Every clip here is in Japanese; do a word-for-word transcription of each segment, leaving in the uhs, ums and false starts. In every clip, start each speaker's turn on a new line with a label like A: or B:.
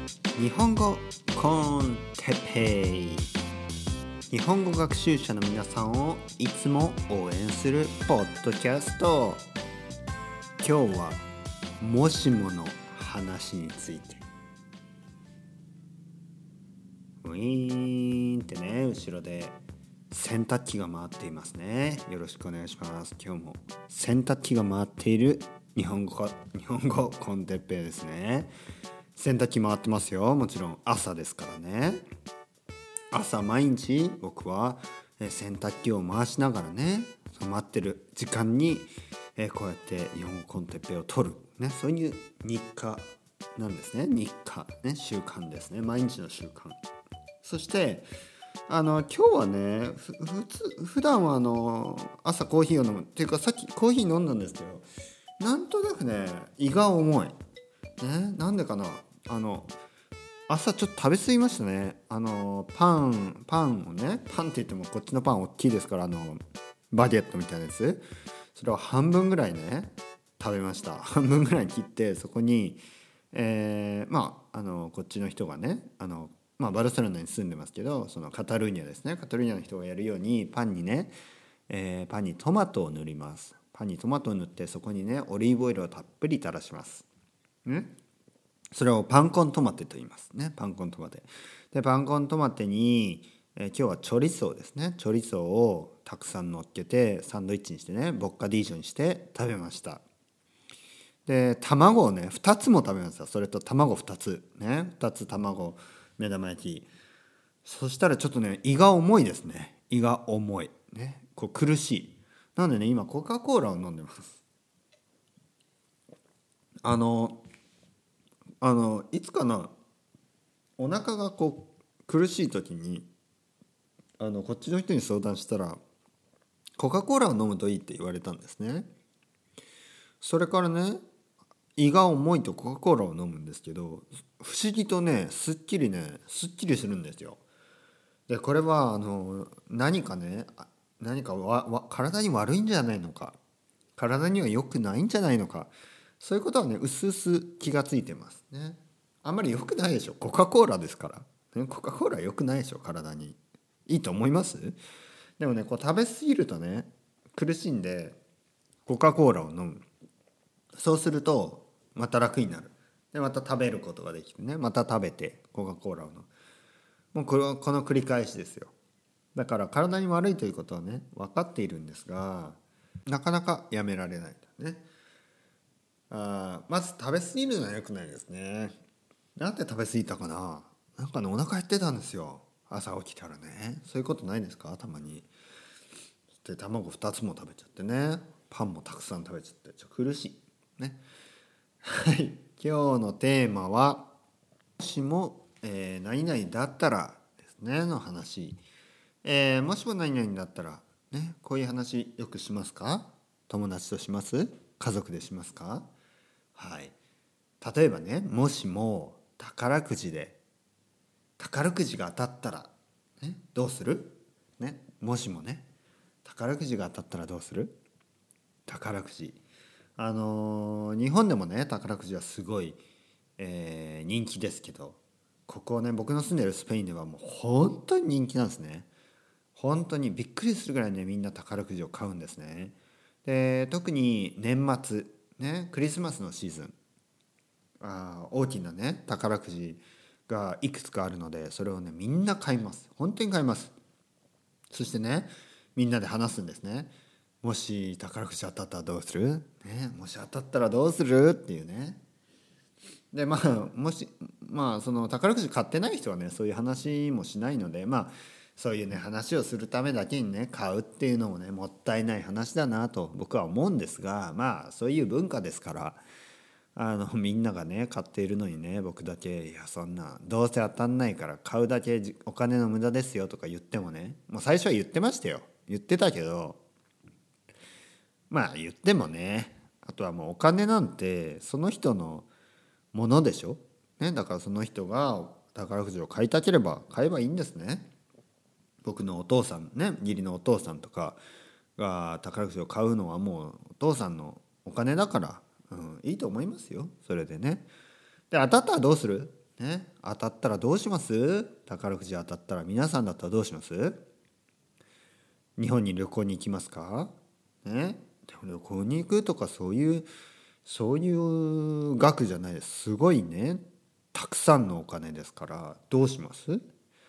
A: 日本語コンテッペイ。日本語学習者の皆さんをいつも応援するポッドキャスト。今日はもしもの話について。ウィーンってね、後ろで洗濯機が回っていますね。よろしくお願いします。今日も洗濯機が回っている日本語日本語コンテッペイですね。洗濯機回ってますよ。もちろん朝ですからね。朝毎日僕は洗濯機を回しながらね、待ってる時間にこうやって日本語コンテッペイを取る、ね、そういう日課なんですね。日課、ね、習慣ですね。毎日の習慣。そしてあの今日はね、ふ普通普段はあの朝コーヒーを飲むっていうか、さっきコーヒー飲んだんですけど、なんとなくね胃が重い、ね、なんでかな。あの朝ちょっと食べ過ぎましたね。あのパンパンをね、パンって言ってもこっちのパン大きいですから、あのバゲットみたいなやつ、それを半分ぐらいね食べました。半分ぐらい切って、そこに、えー、まああのこっちの人がね、あのまあバルセロナに住んでますけど、そのカタルーニャですね、カタルーニャの人がやるようにパンにね、えー、パンにトマトを塗ります。パンにトマトを塗って、そこにねオリーブオイルをたっぷり垂らします、ね、それをパンコントマテと言いますね。パンコントマテで、パンコントマテに、えー、今日はチョリソーですね。チョリソーをたくさん乗っけてサンドイッチにしてね、ボッカディージョにして食べました。で卵をねふたつも食べました。それと卵ふたつね、ふたつ卵、目玉焼き。そしたらちょっとね胃が重いですね。胃が重いね、こう苦しい。なんでね、今コカ・コーラを飲んでます。あのあのいつかな、お腹がこう苦しい時にあのこっちの人に相談したら、コカ・コーラを飲むといいって言われたんですね。それからね、胃が重いとコカ・コーラを飲むんですけど、不思議とねすっきりねすっきりするんですよ。でこれはあの何かね何かわわ体に悪いんじゃないのか、体には良くないんじゃないのか、そういうことはねうすうす気がついてますね。あんまり良くないでしょ、コカ・コーラですから、ね、コカ・コーラ良くないでしょ、体に。いいと思います？でもね、こう食べ過ぎるとね苦しんでコカ・コーラを飲む。そうするとまた楽になる。でまた食べることができてね、また食べてコカ・コーラを飲む。もうこれこの繰り返しですよ。だから体に悪いということはね分かっているんですが、なかなかやめられないとね。あ、まず食べ過ぎるのは良くないですね。なんで食べ過ぎたかな。なんかねお腹減ってたんですよ、朝起きたらね。そういうことないですか、たまに。で卵ふたつも食べちゃってね、パンもたくさん食べちゃってちょっと苦しいね。はい、今日のテーマはもしも、えー、何々だったらですねの話。えー、もしも何々だったらね、こういう話よくしますか？友達とします？家族でしますか？はい。例えばね、もしも宝くじで宝くじが当たったら、ね、どうする？ね、もしもね宝くじが当たったらどうする？宝くじ、あのー日本でもね宝くじはすごい、えー人気ですけど、ここね僕の住んでるスペインではもう本当に人気なんですね。本当にびっくりするぐらいねみんな宝くじを買うんですね。で特に年末ね、クリスマスのシーズン、あ大きなね宝くじがいくつかあるので、それをねみんな買います。本当に買います。そしてねみんなで話すんですね。もし宝くじ当たったらどうする、ね、もし当たったらどうするっていうね。でまあもしまあその宝くじ買ってない人はねそういう話もしないので、まあそういうね話をするためだけにね買うっていうのもねもったいない話だなと僕は思うんですが、まあそういう文化ですから、あのみんながね買っているのにね僕だけいやそんなどうせ当たんないから買うだけお金の無駄ですよとか言ってもね、もう最初は言ってましたよ。言ってたけど、まあ言ってもね、あとはもうお金なんてその人のものでしょ、ね、だからその人が宝くじを買いたければ買えばいいんですね。僕のお父さんね、義理のお父さんとかが宝くじを買うのはもうお父さんのお金だから、うん、いいと思いますよ。それでね。で当たったらどうする？ ね、当たったらどうします？宝くじ当たったら皆さんだったらどうします？日本に旅行に行きますか？ね、でも旅行に行くとかそういうそういう額じゃないです。すごいね、たくさんのお金ですから、どうします？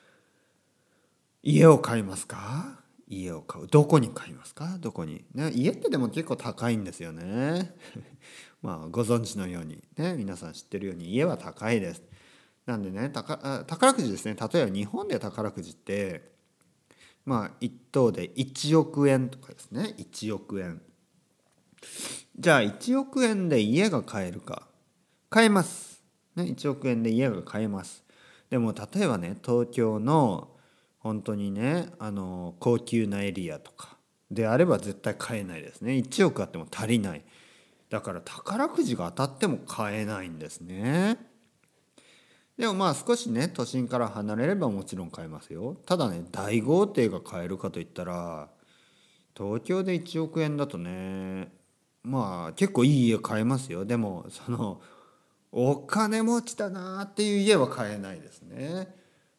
A: 家を買いますか？家を買う。どこに買いますか？どこに。ね、家ってでも結構高いんですよね。まあご存知のようにね、皆さん知ってるように家は高いです。なんでね、宝宝くじですね。例えば日本で宝くじってまあいっ等でいちおくえんとかですね。いちおくえん。じゃあいちおくえんで家が買えるか。買えます。ね、いちおくえんで家が買えます。でも例えばね、東京の本当にね、あの高級なエリアとかであれば絶対買えないですね。いちおくあっても足りない。だから宝くじが当たっても買えないんですね。でもまあ少しね都心から離れればもちろん買えますよ。ただね、大豪邸が買えるかといったら東京でいちおくえんだとね、まあ結構いい家買えますよ。でもそのお金持ちだなっていう家は買えないですね。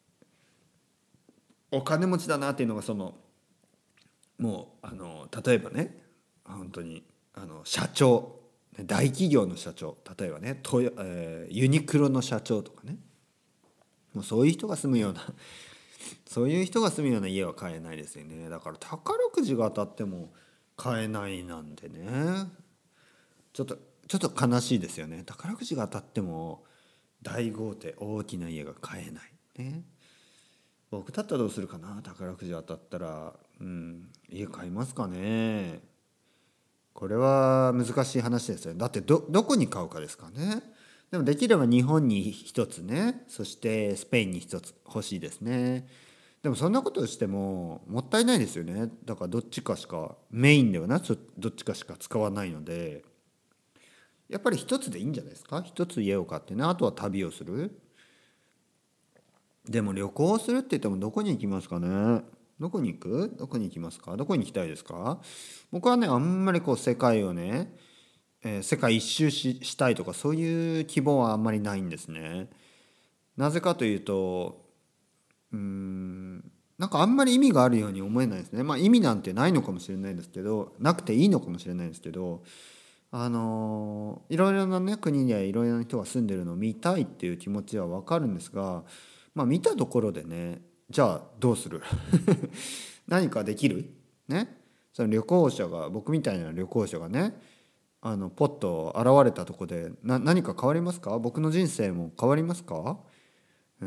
A: お金持ちだなっていうのがそのもうあの例えばね、本当にあの社長、大企業の社長、例えばねトヨ、えーユニクロの社長とかね、もうそういう人が住むようなそういう人が住むような家は買えないですよね。だから宝くじが当たっても買えないなんてね、ちょっとちょっと悲しいですよね。宝くじが当たっても大豪邸大きな家が買えないね。僕だったらどうするかな。宝くじ当たったら、うん、家買いますかね。これは難しい話ですよ。だってどどこに買うかですかね。でもできれば日本に一つね、そしてスペインに一つ欲しいですね。でもそんなことしてももったいないですよね。だからどっちかしかメインではなくどっちかしか使わないので、やっぱり一つでいいんじゃないですか。一つ家を買ってね、あとは旅をする。でも旅行するって言ってもどこに行きますかね。どこに行く？どこに行きますか？どこに行きたいですか？僕はね、あんまりこう世界をね、えー世界一周し、したいとかそういう希望はあんまりないんですね。なぜかというと、うーん、なんかあんまり意味があるように思えないですね。まあ意味なんてないのかもしれないですけど、なくていいのかもしれないですけど、あのーいろいろなね国にはいろいろな人が住んでるのを見たいっていう気持ちはわかるんですが、まあ見たところでね、じゃあどうする？何かできる？ね、その旅行者が、僕みたいな旅行者がね、あのポッと現れたとこでな何か変わりますか？僕の人生も変わりますか？うん、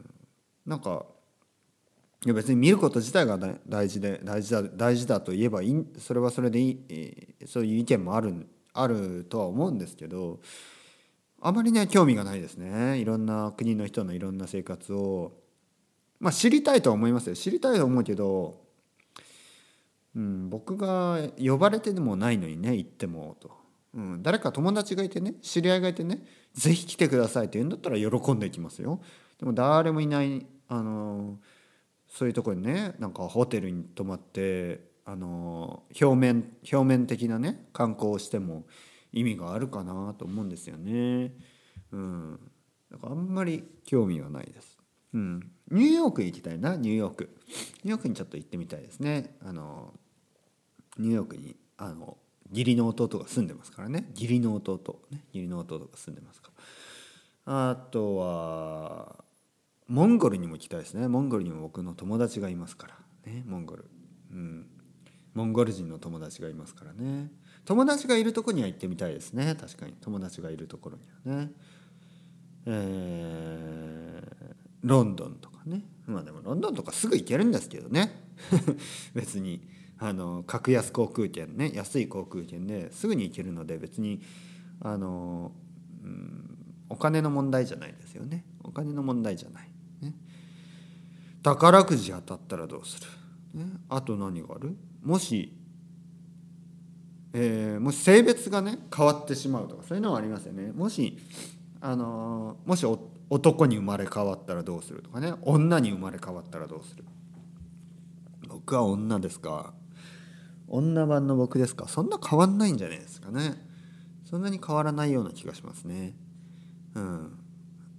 A: なんかいや別に見ること自体が大大事で大事だ大事だと言えばいい、それはそれでいい、えーそういう意見もあるあるとは思うんですけど、あまりね興味がないですね。いろんな国の人のいろんな生活をまあ知りたいとは思いますよ。知りたいと思うけど、うん、僕が呼ばれてでもないのにね行ってもと、うん、誰か友達がいてね、知り合いがいてね、ぜひ来てくださいって言うんだったら喜んでいきますよ。でも誰もいない、あのそういうところにね、なんかホテルに泊まってあの表面表面的なね観光をしても意味があるかなと思うんですよね。うん、だからあんまり興味はないです。うん、ニューヨーク行きたいな。ニューヨークニューヨークにちょっと行ってみたいですね。あのニューヨークにあの義理の弟が住んでますからね。義理の弟ね、義理の弟が住んでますから。あとはモンゴルにも行きたいですね。モンゴルにも僕の友達がいますからね。モンゴル、うん、モンゴル人の友達がいますからね。友達がいるところには行ってみたいですね。確かに友達がいるところにはね、えーロンドンとかね。まあでもロンドンとかすぐ行けるんですけどね。別にあの格安航空券ね、安い航空券ですぐに行けるので、別にあの、うん、お金の問題じゃないですよね。お金の問題じゃない、ね。宝くじ当たったらどうする、ね、あと何がある？もし、えーもし性別がね変わってしまうとかそういうのはありますよね。もしあのーもしお男に生まれ変わったらどうするとかね、女に生まれ変わったらどうする？僕は女ですか？女版の僕ですか？そんな変わんないんじゃないですかね。そんなに変わらないような気がしますね。うん。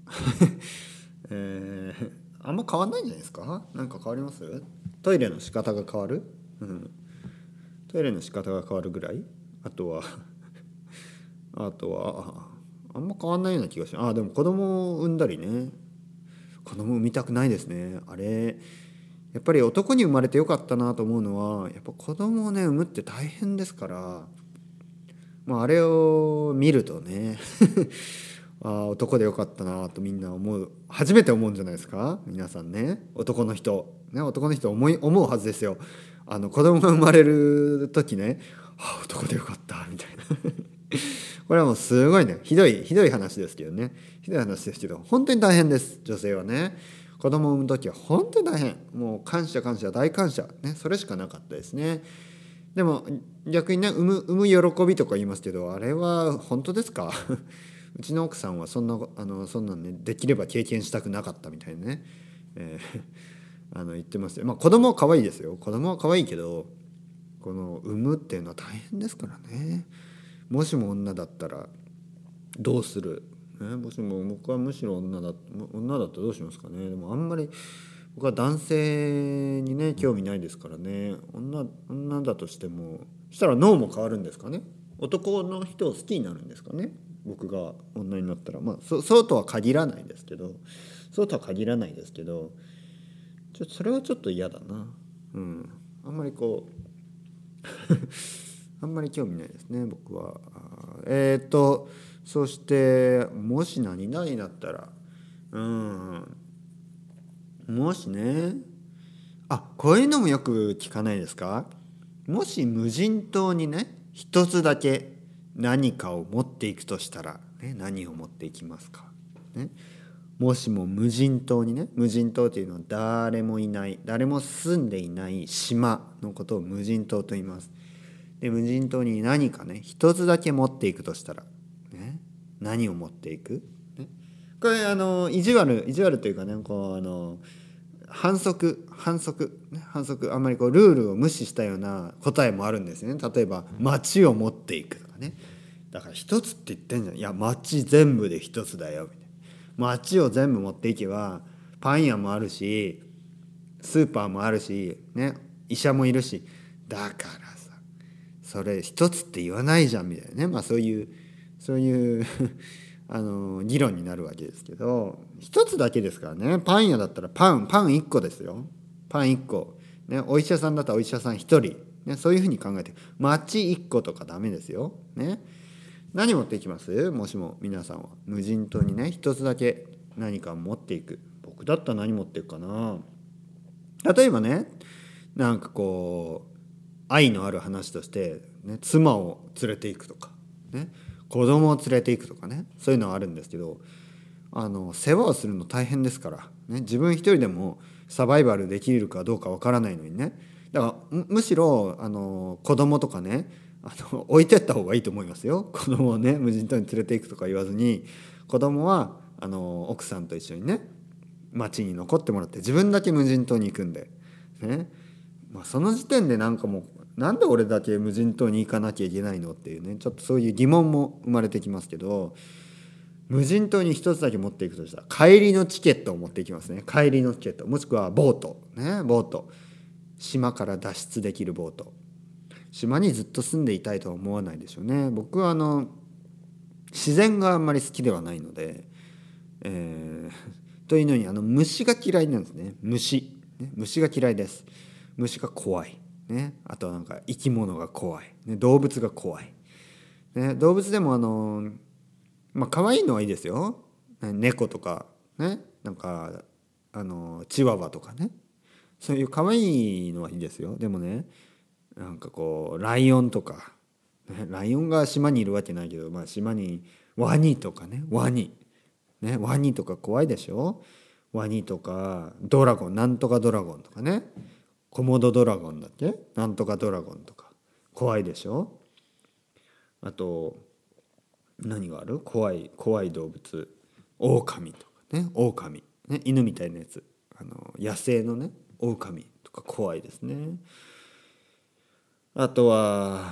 A: えー、あんま変わんないんじゃないですか。なんか変わります？トイレの仕方が変わる、うん、トイレの仕方が変わるぐらい。あとはあとはあんま変わんないような気がします。あでも子供を産んだりね。子供産みたくないですねあれ。やっぱり男に生まれてよかったなと思うのは、やっぱ子供をね産むって大変ですから、まあ、あれを見るとねあ男でよかったなとみんな思う、初めて思うんじゃないですか皆さんね。男の人ね、男の人思い思うはずですよ。あの子供が生まれる時ね、はあ、男でよかったみたいなこれはもうすごいね、ひどいひどい話ですけどね、ひどい話ですけど本当に大変です。女性はね、子供を産む時は本当に大変、もう感謝感謝大感謝ね、それしかなかったですね。でも逆にね、産む産む喜びとか言いますけど、あれは本当ですかうちの奥さんはそんなあのそんなんね、できれば経験したくなかったみたいなね、えー、あの言ってますよ。まあ子供は可愛いですよ、子供は可愛いけど、この産むっていうのは大変ですからね。もしも女だったらどうする、ね、もしも僕はむしろ女だ女だったらどうしますかね。でもあんまり僕は男性にね興味ないですからね。女女だとしてもしたら脳も変わるんですかね。男の人を好きになるんですかね、僕が女になったら。まあそそうとは限らないですけどそうとは限らないですけどちょそれはちょっと嫌だな。うんあんまりこうあんまり興味ないですね僕は。えっ、ー、とそしてもし何々になったら、うんもしね、あこういうのもよく聞かないですか。もし無人島にね一つだけ何かを持っていくとしたら、ね、何を持っていきますか、ね、もしも無人島にね、無人島というのは誰もいない誰も住んでいない島のことを無人島と言います。で無人島に何かね一つだけ持っていくとしたら、ね、何を持っていく、ね、これあの意地悪意地悪というかね、こうあの反則反則、ね、反則あんまりこうルールを無視したような答えもあるんですね。例えば町を持っていくとかね。だから一つって言ってんじゃん。いや町全部で一つだよみたいな。町を全部持っていけばパン屋もあるしスーパーもあるしね、医者もいるし、だからさそれ一つって言わないじゃんみたいなね。まあそういうそういうあの議論になるわけですけど、一つだけですからね。パン屋だったらパンパンいっこですよ。パンいっこ、ね、お医者さんだったらお医者さんひとり、ね、そういうふうに考えて町いっことかダメですよ、ね、何持っていきます？もしも皆さんは無人島にね一つだけ何か持っていく。僕だったら何持っていくかな。例えばね、なんかこう愛のある話として、ね、妻を連れていくとか、ね、子供を連れていくとかね、そういうのはあるんですけど、あの世話をするの大変ですから、ね、自分一人でもサバイバルできるかどうかわからないのにね。だからむむしろあの子供とかね、あの置いてった方がいいと思いますよ。子供をね無人島に連れていくとか言わずに、子供はあの奥さんと一緒にね町に残ってもらって、自分だけ無人島に行くんで、ね、まあ、その時点でなんかもうなんで俺だけ無人島に行かなきゃいけないのっていうね、ちょっとそういう疑問も生まれてきますけど、無人島に一つだけ持っていくとしたら帰りのチケットを持っていきますね。帰りのチケット、もしくはボートね、ボート、島から脱出できるボート。島にずっと住んでいたいとは思わないでしょうね。僕はあの自然があんまり好きではないので、えー、というのにあの虫が嫌いなんですね。虫、ね、虫が嫌いです。虫が怖い、ね、あとはなんか生き物が怖い、ね、動物が怖い、ね、動物でもあのまあ可愛いのはいいですよ。猫とかね、なんかあのチワワとかね、そういう可愛いのはいいですよ。でもね、なんかこうライオンとか、ね、ライオンが島にいるわけないけど、まあ、島にワニとかね、ワニ、ね、ワニとか怖いでしょ。ワニとかドラゴン、なんとかドラゴンとかね、コモドドラゴンだっけ、なんとかドラゴンとか怖いでしょ。あと何がある、怖い怖い動物、狼とかね、狼ね、犬みたいなやつ、あの野生のね狼とか怖いですね。あとは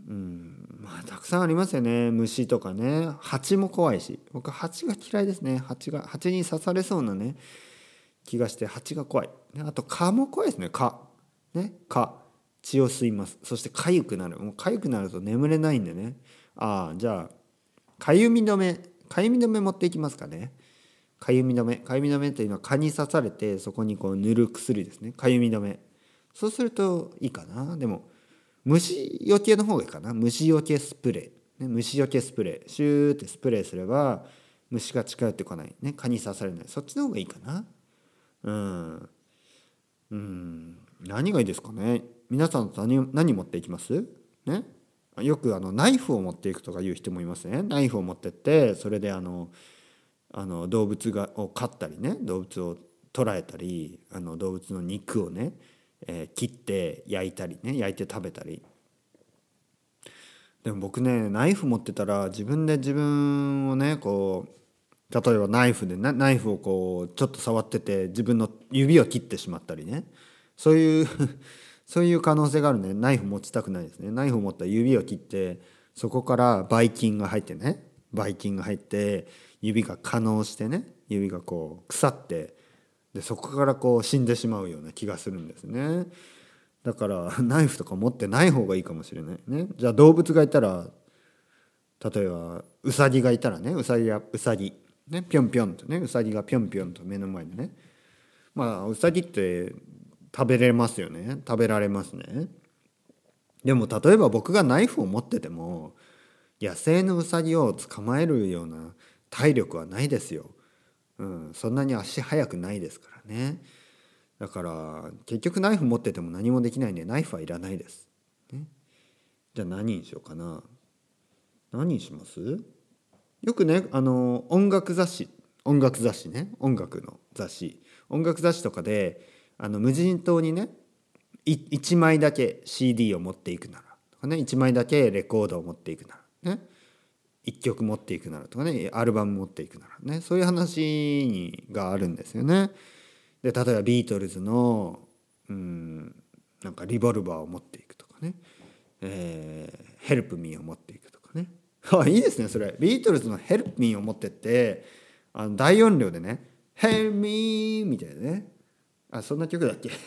A: うんまあたくさんありますよね。虫とかね、蜂も怖いし、僕蜂が嫌いですね。蜂が蜂に刺されそうなね気がして蜂が怖い。あと蚊も怖いですね。蚊ね、蚊血を吸います。そして痒くなる。もう痒くなると眠れないんでね。ああじゃあかゆみ止めかゆみ止め持っていきますかね。かゆみ止めかゆみ止めというのは蚊に刺されてそこにこう塗る薬ですね。かゆみ止め。そうするといいかな。でも虫除けの方がいいかな。虫除けスプレー、ね、虫除けスプレーシューってスプレーすれば虫が近寄ってこない、ね、蚊に刺されない。そっちの方がいいかな。うんうん何がいいですかね。皆さんと何何持っていきますね。よくあのナイフを持っていくとかいう人もいますね。ナイフを持ってってそれであのあの動物がを飼ったりね、動物を捕らえたり、あの動物の肉をね、えー切って焼いたりね、焼いて食べたり。でも僕ねナイフ持ってたら自分で自分をねこう例えばナイフでなナイフをこうちょっと触ってて自分の指を切ってしまったりね、そういうそういう可能性があるね。ナイフ持ちたくないですね。ナイフを持ったら指を切ってそこからばい菌が入ってね、ばい菌が入って指が化膿してね、指がこう腐ってでそこからこう死んでしまうような気がするんですね。だからナイフとか持ってない方がいいかもしれないね。じゃあ動物がいたら例えばウサギがいたらね、ウサギがウサギねぴょんぴょんとね、ウサギがぴょんぴょんと目の前でね、まあウサギって食べれますよね。食べられますね。でも例えば僕がナイフを持ってても野生のウサギを捕まえるような体力はないですよ。うん、そんなに足速くないですからね。だから結局ナイフ持ってても何もできないんでナイフはいらないです。ね、じゃあ何にしようかな。何にします？よくねあの音楽雑誌音楽雑誌ね音楽の雑誌音楽雑誌とかであの無人島にねいちまいだけ シーディー を持っていくならとかね、いちまいだけレコードを持っていくならね、いっきょく持っていくならとかね、アルバム持っていくならね、そういう話にがあるんですよね。で例えばビートルズのうんなんかリボルバーを持っていくとかね、えー、ヘルプミーを持っていくとかね。あいいですねそれ。ビートルズのヘルプミーを持ってってあの大音量でねヘルミーみたいなね、あそんな曲だっけ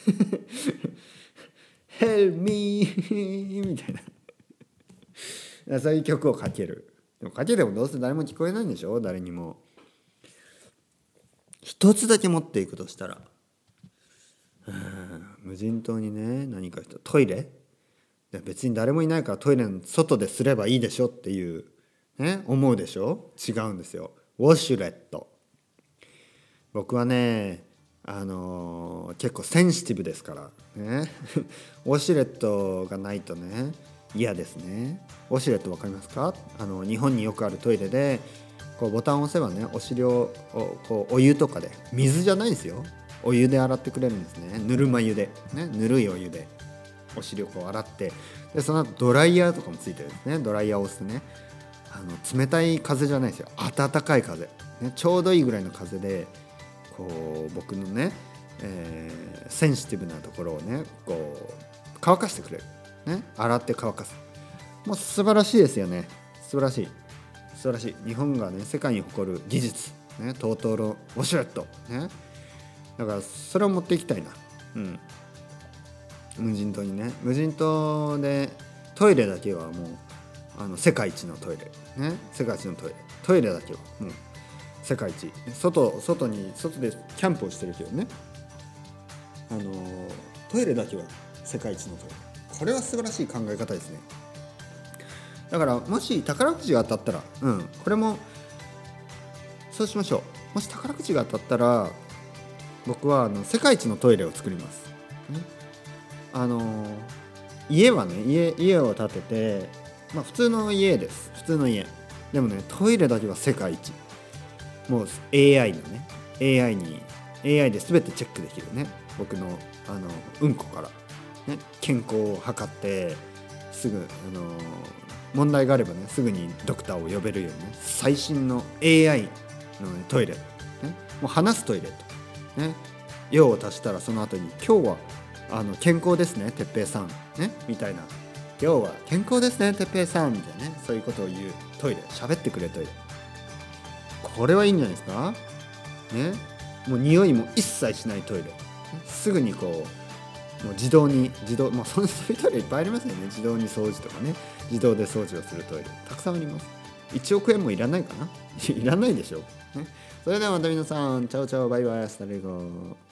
A: ヘルミーみたいなそういう曲をかける。でもかけてもどうせ誰も聞こえないんでしょ、誰にも。一つだけ持っていくとしたら無人島にね何かトイレ別に誰もいないからトイレの外ですればいいでしょっていう、ね、思うでしょ。違うんですよ。ウォシュレット。僕はねあのー、結構センシティブですからねウォシュレットがないとね嫌ですね。ウォシュレットわかりますか？あの日本によくあるトイレでこうボタンを押せばねお尻をこうお湯とかで水じゃないですよ、お湯で洗ってくれるんですね。ぬるま湯で、ね、ぬるいお湯でお尻をこう洗って、でその後ドライヤーとかもついてるんですね。ドライヤーを押すとねあの冷たい風じゃないですよ、暖かい風、ね、ちょうどいいぐらいの風でこう僕のね、えー、センシティブなところをねこう乾かしてくれる、ね、洗って乾かす。もう素晴らしいですよね。素晴らしい素晴らしい。日本がね世界に誇る技術、ね、トートロウォシュレット、ね、だからそれを持っていきたいな。うん無人島にね、無人島でトイレだけはもうあの世界一のトイレ、ね、世界一のトイレトイレだけはもう世界一。外外に外でキャンプをしてるけどね、あのトイレだけは世界一のトイレ。これは素晴らしい考え方ですね。だからもし宝くじが当たったら、うん、これもそうしましょう。もし宝くじが当たったら僕はあの世界一のトイレを作ります、ね、あの家はね 家, 家を建てて、まあ、普通の家です。普通の家でもねトイレだけは世界一。もう エーアイ のね エーアイ に エーアイ で全てチェックできるね。僕のあのうんこから、ね、健康を測ってすぐあの問題があればねすぐにドクターを呼べるようにね最新の エーアイ の、ね、トイレ、ね、もう話すトイレと、ね、用を足したらその後に今日はあの健康ですね哲平さん、ね、みたいな今日は健康ですねてっぺいさんみたいなね、そういうことを言うトイレ、喋ってくれるトイレ、これはいいんじゃないですかね。もう匂いも一切しないトイレ、すぐにこうもう自動に自動、まあそういうトイレいっぱいありますよね。自動に掃除とかね、自動で掃除をするトイレたくさんあります。いちおくえんもいらないかないらないでしょ、ね、それではまた皆さん、チャオチャオバイバイ、スタレゴ。